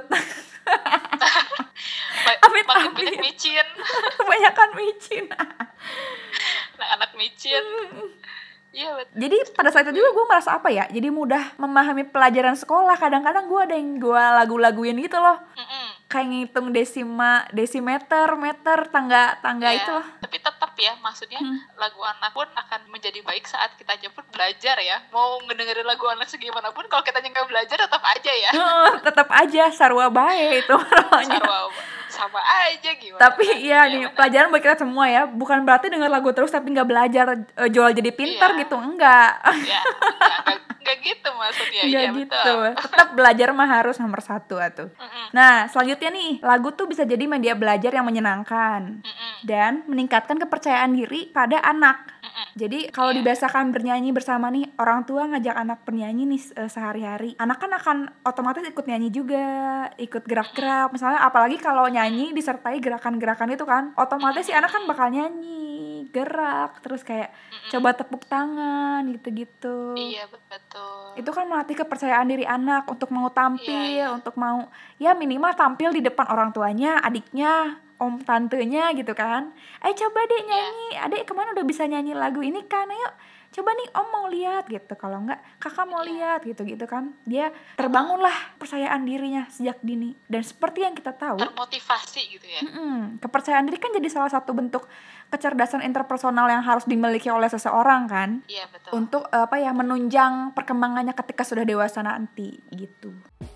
C: Ma-
A: Amit,
C: makin
A: amit.
C: banyak micin.
A: Kebanyakan micin.
C: Anak-anak micin. Iya, betul.
A: Jadi pada saat itu juga gue merasa apa ya, jadi mudah memahami pelajaran sekolah. Kadang-kadang gue ada yang gue lagu-laguin gitu loh,
C: Mm-mm.
A: kayak ngitung desima, desimeter, meter, tangga-tangga
C: Ya,
A: itu loh.
C: tapi tetap ya, maksudnya
A: Hmm.
C: lagu anak pun akan menjadi baik saat kita aja pun belajar ya. Mau ngedengerin lagu anak segimanapun, kalau kita nggak belajar tetap aja ya.
A: Heeh, tetap aja sarwa bae itu namanya.
C: Sarwa sama aja gimana.
A: Tapi iya nih,
C: benar.
A: pelajaran buat kita semua ya. Bukan berarti denger lagu terus tapi nggak belajar, eh, jual jadi pintar
C: Iya.
A: gitu. Enggak.
C: Ya, ya, nggak nggak gitu maksudnya.
A: Enggak
C: Iya,
A: gitu.
C: betul.
A: Tetap belajar mah harus nomor satu atuh.
C: Mm-mm.
A: Nah, selanjutnya nih, lagu tuh bisa jadi media belajar yang menyenangkan
C: Mm-mm.
A: dan meningkatkan kepercayaan diri pada anak.
C: Mm-mm.
A: Jadi kalau
C: Iya.
A: dibiasakan bernyanyi bersama nih, orang tua ngajak anak bernyanyi nih eh, sehari-hari, anak kan akan otomatis ikut nyanyi juga, ikut gerak-gerak. Misalnya apalagi kalau nyanyi disertai gerakan-gerakan itu kan, otomatis si anak kan bakal nyanyi, gerak, terus kayak coba tepuk tangan gitu-gitu.
C: Iya, betul.
A: Itu kan melatih kepercayaan diri anak untuk mau tampil,
C: Iya, iya.
A: untuk mau ya minimal tampil di depan orang tuanya, adiknya, om tantenya gitu kan. Eh coba deh nyanyi, adik kemana udah bisa nyanyi lagu ini kan, ayo coba nih om mau lihat gitu, kalau enggak kakak mau
C: Iya.
A: lihat gitu-gitu kan. Dia terbangunlah percayaan dirinya sejak dini. Dan seperti yang kita tahu,
C: Termotivasi gitu ya.
A: mm-mm, kepercayaan diri kan jadi salah satu bentuk kecerdasan interpersonal yang harus dimiliki oleh seseorang kan,
C: Iya, betul.
A: untuk eh, apa ya, menunjang perkembangannya ketika sudah dewasa nanti gitu.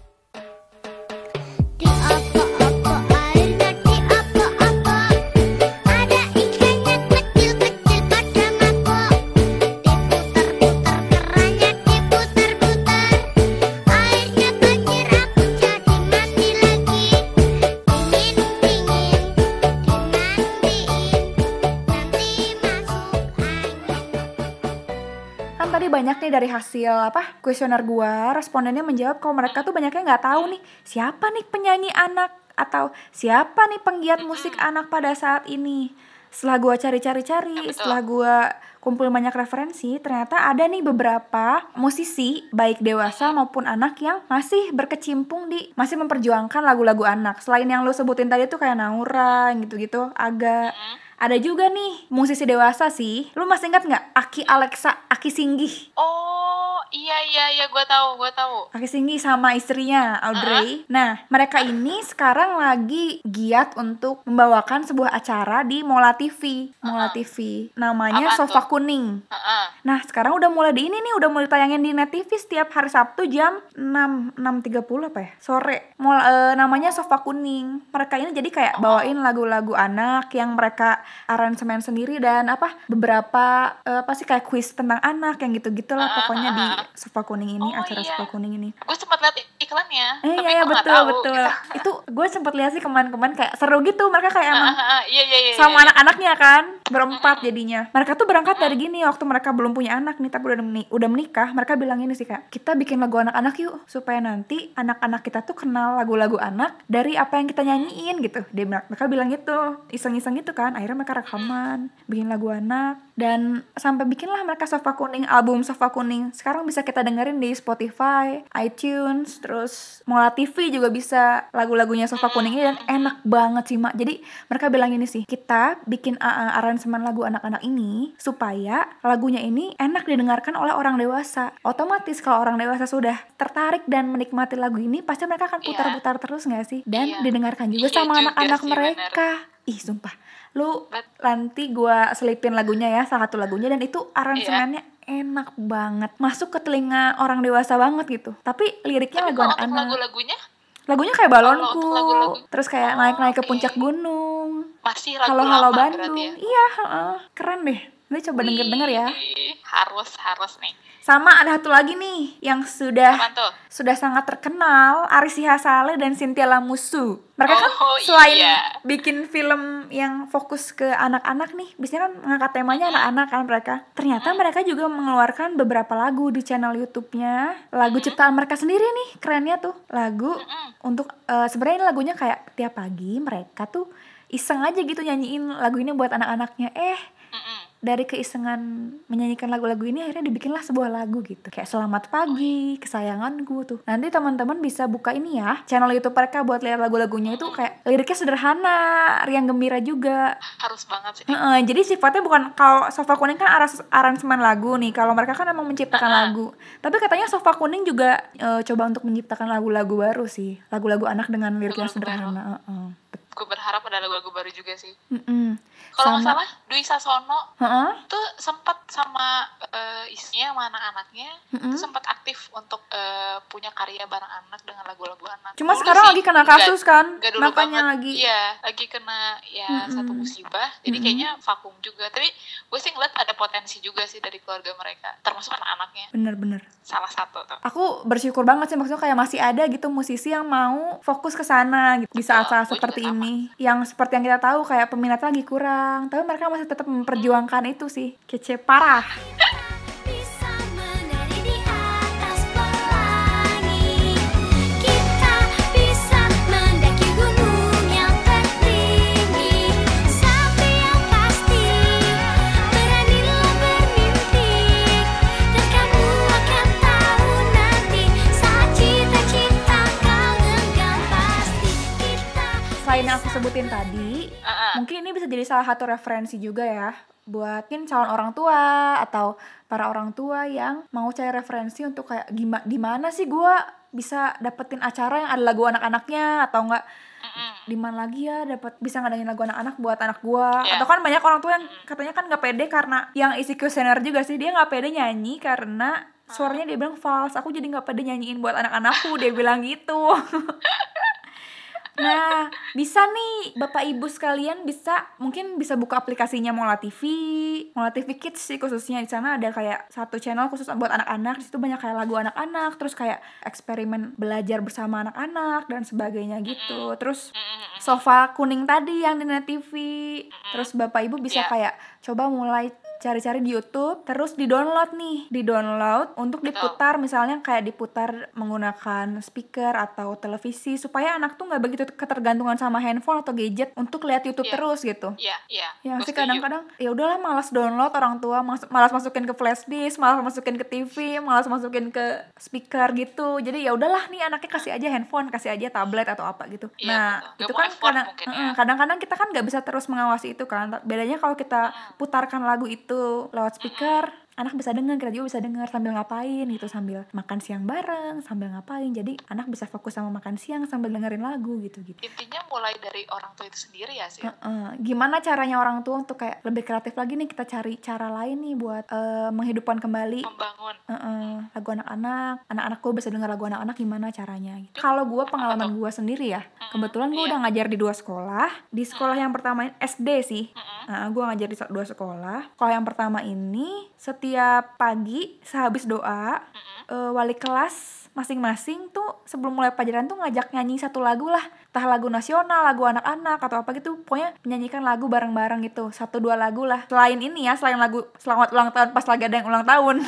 E: Di apa-apa airnya di apa-apa ada ikannya kecil-kecil pada
A: kan tadi banyak nih dari hasil apa kuesioner gua, respondennya menjawab kalau mereka tuh banyaknya nggak tahu nih siapa nih penyanyi anak atau siapa nih penggiat musik anak pada saat ini. Setelah gua cari-cari-cari,
C: Ya, betul.
A: setelah gua kumpul banyak referensi, ternyata ada nih beberapa musisi baik dewasa maupun anak yang masih berkecimpung di masih memperjuangkan lagu-lagu anak. Selain yang lu sebutin tadi tuh kayak Naura gitu-gitu, agak ada juga nih musisi dewasa sih. Lu masih ingat nggak Aki Alexa, Aki Singgih?
C: Oh, iya iya iya, gue tahu, gue tahu.
A: Aki Singgih sama istrinya Audrey. Nah, mereka ini sekarang lagi giat untuk membawakan sebuah acara di Mola T V. Mola T V. Namanya
C: Apaan
A: Sofa
C: tuh?
A: Kuning.
C: Heeh.
A: Nah, sekarang udah mulai di ini nih, udah mulai tayangin di Net T V setiap hari Sabtu jam enam, enam tiga puluh apa ya? Sore. Mul eh, namanya Sofa Kuning. Mereka ini jadi kayak bawain lagu-lagu anak yang mereka aransemen sendiri dan apa beberapa eh, apa sih kayak kuis tentang anak yang gitu-gitu lah pokoknya di Sofa Kuning ini,
C: Oh,
A: acara
C: iya.
A: Sofa Kuning ini.
C: Gue sempat lihat iklannya,
A: Eh
C: tapi
A: iya, iya
C: gue nggak
A: betul
C: tahu.
A: betul.
C: Kita-
A: Itu gue sempet lihat sih kemarin-kemarin kayak seru gitu. Mereka kayak emang
C: Ah, ah, iya iya iya.
A: sama
C: iya.
A: anak-anaknya kan berempat jadinya. Mereka tuh berangkat dari gini waktu mereka belum punya anak nih tapi udah meni- udah menikah. Mereka bilang ini sih kak, kita bikin lagu anak-anak yuk supaya nanti anak-anak kita tuh kenal lagu-lagu anak dari apa yang kita nyanyiin gitu. Dia mereka bilang gitu, iseng-iseng gitu kan. Akhirnya mereka rekaman, bikin lagu anak dan sampai bikinlah mereka Sofa Kuning, album Sofa Kuning. Sekarang bisa kita dengerin di Spotify, iTunes, terus Mola T V juga bisa lagu-lagunya Sofa Kuning ini dan enak banget sih mak. Jadi mereka bilang ini sih, kita bikin uh, aransemen lagu anak-anak ini supaya lagunya ini enak didengarkan oleh orang dewasa. Otomatis kalau orang dewasa sudah tertarik dan menikmati lagu ini, pasti mereka akan putar-putar terus nggak sih? Dan
C: Iya.
A: didengarkan juga
C: Iya
A: sama
C: juga
A: anak-anak
C: sih,
A: mereka. Ih sumpah, lu
C: Bet-
A: nanti gua selipin lagunya ya, salah satu lagunya, dan itu aransemennya enak banget, masuk ke telinga orang dewasa banget gitu. Tapi liriknya
C: Tapi
A: lagu
C: kalau untuk
A: anak-anak.
C: lagu-lagunya
A: Lagunya kayak
C: Kalau
A: balonku,
C: untuk lagu-lagu-
A: terus kayak
C: Oh,
A: naik-naik ke
C: oke.
A: puncak gunung,
C: masih lagu
A: halo-halo
C: lama
A: Bandung.
C: berarti ya?
A: Iya, heeh. Keren deh. Nanti coba denger-denger ya.
C: Wih, harus harus nih.
A: Sama ada satu lagi nih yang sudah
C: Apaan tuh?
A: sudah sangat terkenal, Ari Sihasale dan Chintya Lamusu. Mereka kan
C: Oh,
A: selain
C: iya.
A: bikin film yang fokus ke anak-anak nih, biasanya kan mengangkat temanya anak-anak kan mereka. Ternyata mereka juga mengeluarkan beberapa lagu di channel YouTube-nya, lagu ciptaan mereka sendiri nih, kerennya tuh. Lagu untuk eh, sebenarnya ini lagunya kayak tiap pagi mereka tuh iseng aja gitu nyanyiin lagu ini buat anak-anaknya. Eh,
C: Mm-mm.
A: dari keisengan menyanyikan lagu-lagu ini akhirnya dibikinlah sebuah lagu gitu kayak Selamat Pagi, Kesayanganku tuh. Nanti teman-teman bisa buka ini ya channel YouTube mereka buat lihat lagu-lagunya itu kayak liriknya sederhana, riang gembira juga.
C: Harus banget sih.
A: Heeh, jadi sifatnya bukan kalau Sofa Kuning kan aras, aransemen lagu nih. Kalau mereka kan emang menciptakan
C: Ah.
A: lagu. Tapi katanya Sofa Kuning juga e, coba untuk menciptakan lagu-lagu baru sih. Lagu-lagu anak dengan lirik yang
C: Lagu-lagu
A: sederhana. Heeh.
C: Gue berharap ada lagu-lagu baru juga sih.
A: Mm-mm.
C: Kalau nggak
A: Sama-
C: salah, Dwi Sasono
A: Heeh.
C: tuh sempat sama eh, istrinya sama anak-anaknya
A: Mm-mm.
C: tuh sempat aktif untuk eh, punya karya bareng anak dengan lagu-lagu anak.
A: Cuma
C: Dulu
A: sekarang
C: sih,
A: lagi kena
C: nggak-
A: kasus kan,
C: nggak dulu
A: makanya
C: banget.
A: lagi.
C: Iya, lagi kena ya satu musibah. Jadi kayaknya vakum juga. Tapi gue sih ngeliat ada potensi juga sih dari keluarga mereka, termasuk anak-anaknya.
A: Bener-bener.
C: Salah satu tuh.
A: Aku bersyukur banget sih, maksudnya kayak masih ada gitu musisi yang mau fokus ke sana gitu di saat-saat
C: Betul, gue
A: seperti
C: juga sama.
A: ini. Yang seperti yang kita tahu kayak peminatnya lagi kurang, tapi mereka masih tetap memperjuangkan itu sih. Kece parah.
B: Bisa menari di atas pelangi. Kita bisa mendaki gunung yang tertinggi. Satu yang pasti, beranilah bermimpi. Dan kamu akan tahu nanti saat cita-cita kau genggam pasti. Kita
A: Selain yang aku sebutin tadi,
C: Uh-uh.
A: mungkin ini bisa jadi salah satu referensi juga ya buat mungkin calon orang tua atau para orang tua yang mau cari referensi untuk kayak gimana di mana sih gue bisa dapetin acara yang ada lagu anak-anaknya atau enggak
C: Mm-mm.
A: di mana lagi ya dapat bisa ngadain lagu anak-anak buat anak gua.
C: Iya.
A: Atau kan banyak orang tua yang katanya kan nggak pede karena yang isi kuesioner juga sih, dia nggak pede nyanyi karena suaranya dia bilang false. Aku jadi nggak pede nyanyiin buat anak-anakku, dia bilang gitu. Nah, bisa nih Bapak Ibu sekalian bisa mungkin bisa buka aplikasinya Mola T V, Mola T V Kids sih khususnya. Di sana ada kayak satu channel khusus buat anak-anak. Di situ banyak kayak lagu anak-anak, terus kayak eksperimen belajar bersama anak-anak dan sebagainya gitu. Terus Sofa Kuning tadi yang di Net T V. Terus Bapak Ibu bisa
C: Iya.
A: kayak coba mulai cari-cari di YouTube, terus di-download nih, di-download untuk diputar, misalnya kayak diputar menggunakan speaker atau televisi, supaya anak tuh nggak begitu ketergantungan sama handphone atau gadget untuk lihat YouTube
C: Iya.
A: terus gitu.
C: Iya, iya.
A: Ya
C: Gua
A: sih
C: setuju.
A: kadang-kadang ya udahlah malas download, orang tua mas- malas masukin ke flash disk, malas masukin ke T V, malas masukin ke speaker gitu. Jadi ya udahlah nih anaknya kasih aja handphone, kasih aja tablet atau apa gitu.
C: Iya,
A: Nah,
C: betul. Nggak
A: itu
C: mau
A: kan
C: effort
A: kadang
C: mungkin
A: heeh,
C: ya.
A: kadang-kadang kita kan nggak bisa terus mengawasi itu kan. Bedanya kalau kita putarkan lagu itu lewat speaker, anak bisa denger, kita juga bisa denger sambil ngapain gitu, sambil makan siang bareng, sambil ngapain. Jadi anak bisa fokus sama makan siang sambil dengerin lagu gitu-gitu.
C: Intinya mulai dari orang tua itu sendiri ya sih.
A: Heeh. Gimana caranya orang tua untuk kayak lebih kreatif lagi nih, kita cari cara lain nih buat eh, menghidupkan kembali
C: Membangun.
A: Heeh, lagu anak-anak. Anak-anak gue bisa denger lagu anak-anak gimana caranya gitu. Kalau gue pengalaman gue sendiri ya, kebetulan gue
C: iya.
A: udah ngajar di dua sekolah. Di sekolah yang pertama S D sih, nah, gue ngajar di dua sekolah. Kalau yang pertama ini setiap pagi sehabis doa, eh, wali kelas masing-masing tuh sebelum mulai pelajaran tuh ngajak nyanyi satu lagu lah, entah lagu nasional, lagu anak-anak atau apa gitu, pokoknya menyanyikan lagu bareng-bareng gitu, satu dua lagu lah. Selain ini ya, selain lagu selamat ulang tahun pas lagi ada yang ulang tahun.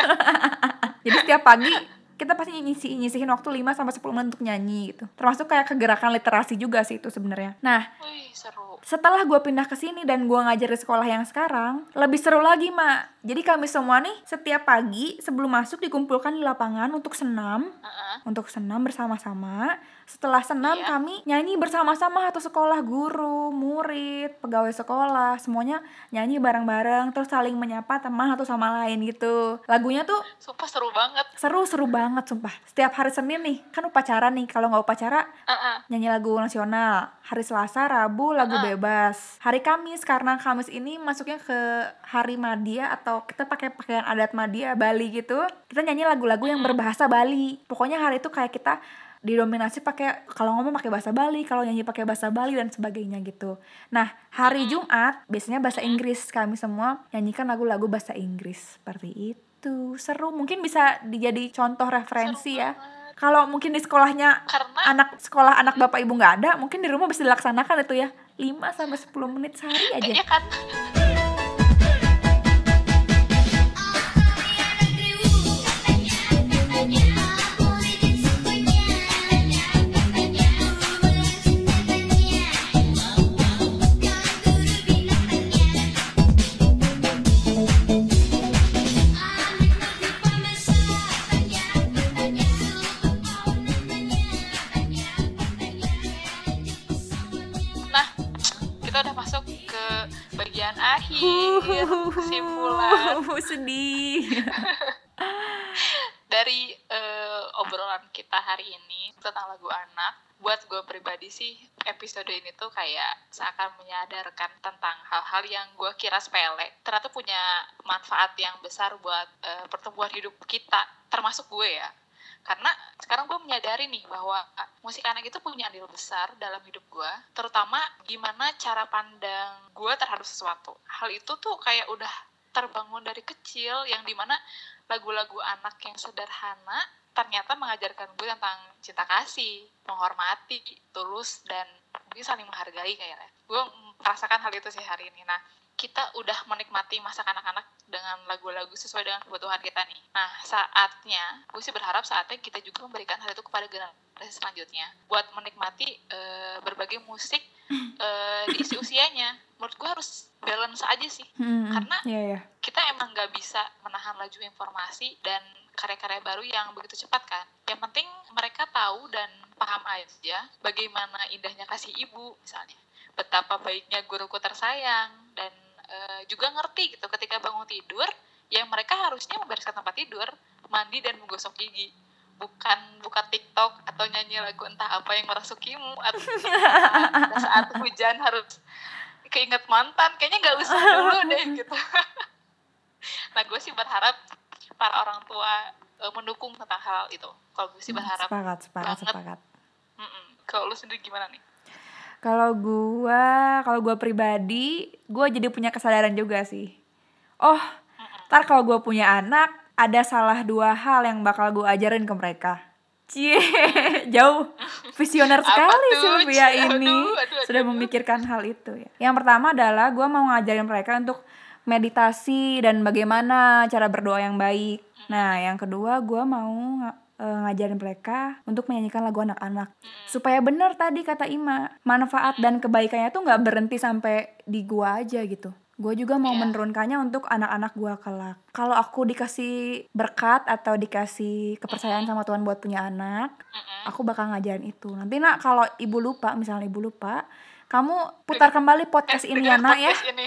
A: Jadi setiap pagi kita pasti nyisi nyisihin waktu lima sampai sepuluh menit untuk nyanyi gitu. Termasuk kayak kegerakan literasi juga sih itu sebenarnya. Nah,
C: Wih, seru.
A: setelah gue pindah ke sini dan gue ngajar di sekolah yang sekarang, lebih seru lagi, Mak. Jadi kami semua nih setiap pagi sebelum masuk dikumpulkan di lapangan untuk senam,
C: Heeh.
A: untuk senam bersama-sama. Setelah senam
C: Iya.
A: kami nyanyi bersama-sama, satu sekolah, guru, murid, pegawai sekolah, semuanya nyanyi bareng-bareng, terus saling menyapa teman satu sama lain gitu. Lagunya tuh
C: Sumpah seru banget.
A: seru-seru banget sumpah. Setiap hari Senin nih, kan upacara nih, kalau nggak upacara
C: Heeh.
A: nyanyi lagu nasional. Hari Selasa, Rabu lagu bebas. Hari Kamis, karena Kamis ini masuknya ke hari Madya atau kita pakai pakaian adat Madya Bali gitu, kita nyanyi lagu-lagu yang berbahasa Bali. Pokoknya hari itu kayak kita didominasi pakai, kalau ngomong pakai bahasa Bali, kalau nyanyi pakai bahasa Bali dan sebagainya gitu. Nah, hari Jumat biasanya bahasa Inggris, kami semua nyanyikan lagu-lagu bahasa Inggris seperti itu. Seru, mungkin bisa dijadi contoh referensi ya. Kalau mungkin di sekolahnya
C: Karena
A: anak sekolah anak bapak ibu nggak ada, mungkin di rumah bisa dilaksanakan itu ya, lima sampai sepuluh menit sehari aja.
C: iya kan. Nah, kita udah masuk ke bagian akhir, kesimpulan
A: Sedih.
C: dari eh, obrolan kita hari ini tentang lagu anak. Buat gue pribadi sih, episode ini tuh kayak seakan menyadarkan tentang hal-hal yang gue kira sepele, ternyata punya manfaat yang besar buat eh, pertumbuhan hidup kita, termasuk gue ya. Karena sekarang gue menyadari nih bahwa musik anak itu punya andil besar dalam hidup gue, terutama gimana cara pandang gue terhadap sesuatu. Hal itu tuh kayak udah terbangun dari kecil, yang dimana lagu-lagu anak yang sederhana ternyata mengajarkan gue tentang cinta kasih, menghormati, tulus, dan mungkin saling menghargai kayaknya. Gue merasakan hal itu sih hari ini. Nah, kita udah menikmati masa anak-anak dengan lagu-lagu sesuai dengan kebutuhan kita nih. Nah, saatnya, gue sih berharap saatnya kita juga memberikan hal itu kepada generasi selanjutnya, buat menikmati uh, berbagai musik uh, di isi usianya. Menurut gue harus balance aja sih,
A: Hmm,
C: karena
A: iya ya.
C: kita emang nggak bisa menahan laju informasi dan karya-karya baru yang begitu cepat kan. Yang penting mereka tahu dan paham aja bagaimana indahnya kasih ibu misalnya, betapa baiknya guruku tersayang, dan e, juga ngerti gitu ketika bangun tidur ya mereka harusnya membereskan tempat tidur, mandi dan menggosok gigi, bukan buka TikTok atau nyanyi lagu entah apa yang merasukimu, atau pada saat hujan harus keinget mantan. Kayaknya nggak usah dulu deh gitu. Nah, gue sih berharap para orang tua e, mendukung tentang hal itu. Kalau gue sih berharap
A: Sepakat, sepakat,
C: banget.
A: sepakat.
C: Mm-mm. Kalau lu sendiri gimana nih?
A: Kalau gua, kalau gua pribadi, gua jadi punya kesadaran juga sih. Oh, ntar kalau gua punya anak, ada salah dua hal yang bakal gua ajarin ke mereka. Cie, jauh visioner
C: Apa
A: sekali
C: tuh?
A: Sylvia
C: Cie,
A: ini
C: aduh, aduh,
A: sudah
C: aduh.
A: memikirkan hal itu ya. Yang pertama adalah gua mau ngajarin mereka untuk meditasi dan bagaimana cara berdoa yang baik. Nah, yang kedua gue mau nga- eh, ngajarin mereka untuk menyanyikan lagu anak-anak. Supaya bener tadi kata Ima, manfaat dan kebaikannya tuh nggak berhenti sampai di gue aja gitu. Gue juga mau
C: Iya.
A: menurunkannya untuk anak-anak gue kelak. Kalau aku dikasih berkat atau dikasih kepercayaan sama Tuhan buat punya anak,
C: Mm-mm.
A: aku bakal ngajarin itu. Nanti nak kalau ibu lupa, misalnya ibu lupa, kamu putar kembali podcast ini ya
C: Dengan
A: nak ya.
C: podcast ini.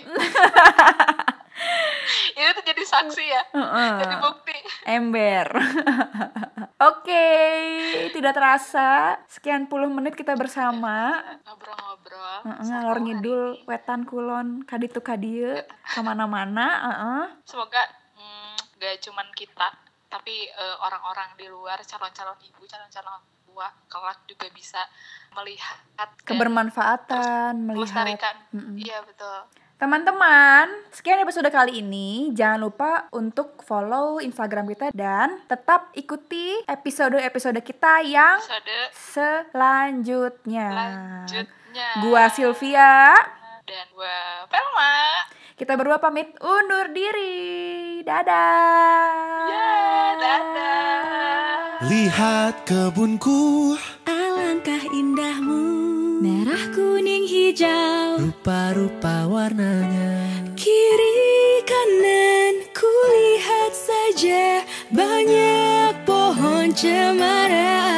C: Ini tuh jadi saksi ya,
A: Heeh.
C: jadi bukti.
A: Ember. Oke, tidak terasa sekian puluh menit kita bersama.
C: Ngobrol-ngobrol.
A: Heeh,
C: sama
A: ngalor
C: hari
A: ngidul,
C: ini.
A: wetan kulon, kaditu kadieu, kemana-mana. Heeh.
C: Semoga mm, gak cuman kita, tapi eh, orang-orang di luar, calon-calon ibu, calon-calon tua, kelak juga bisa melihat dan
A: Kebermanfaatan, melihat.
C: melestarikan.
A: Mm-mm.
C: Iya betul.
A: Teman-teman, sekian episode kali ini. Jangan lupa untuk follow Instagram kita dan tetap ikuti episode-episode kita yang
C: Episode
A: selanjutnya.
C: selanjutnya.
A: Gua Sylvia.
C: Dan gua Velma.
A: Kita berdua pamit undur diri. Dadah.
C: Ya, dadah.
D: Lihat kebunku,
E: Alangkah indahmu. Merah, kuning, hijau.
D: rupa-rupa warnanya.
E: Kiri kanan kulihat saja banyak pohon cemara.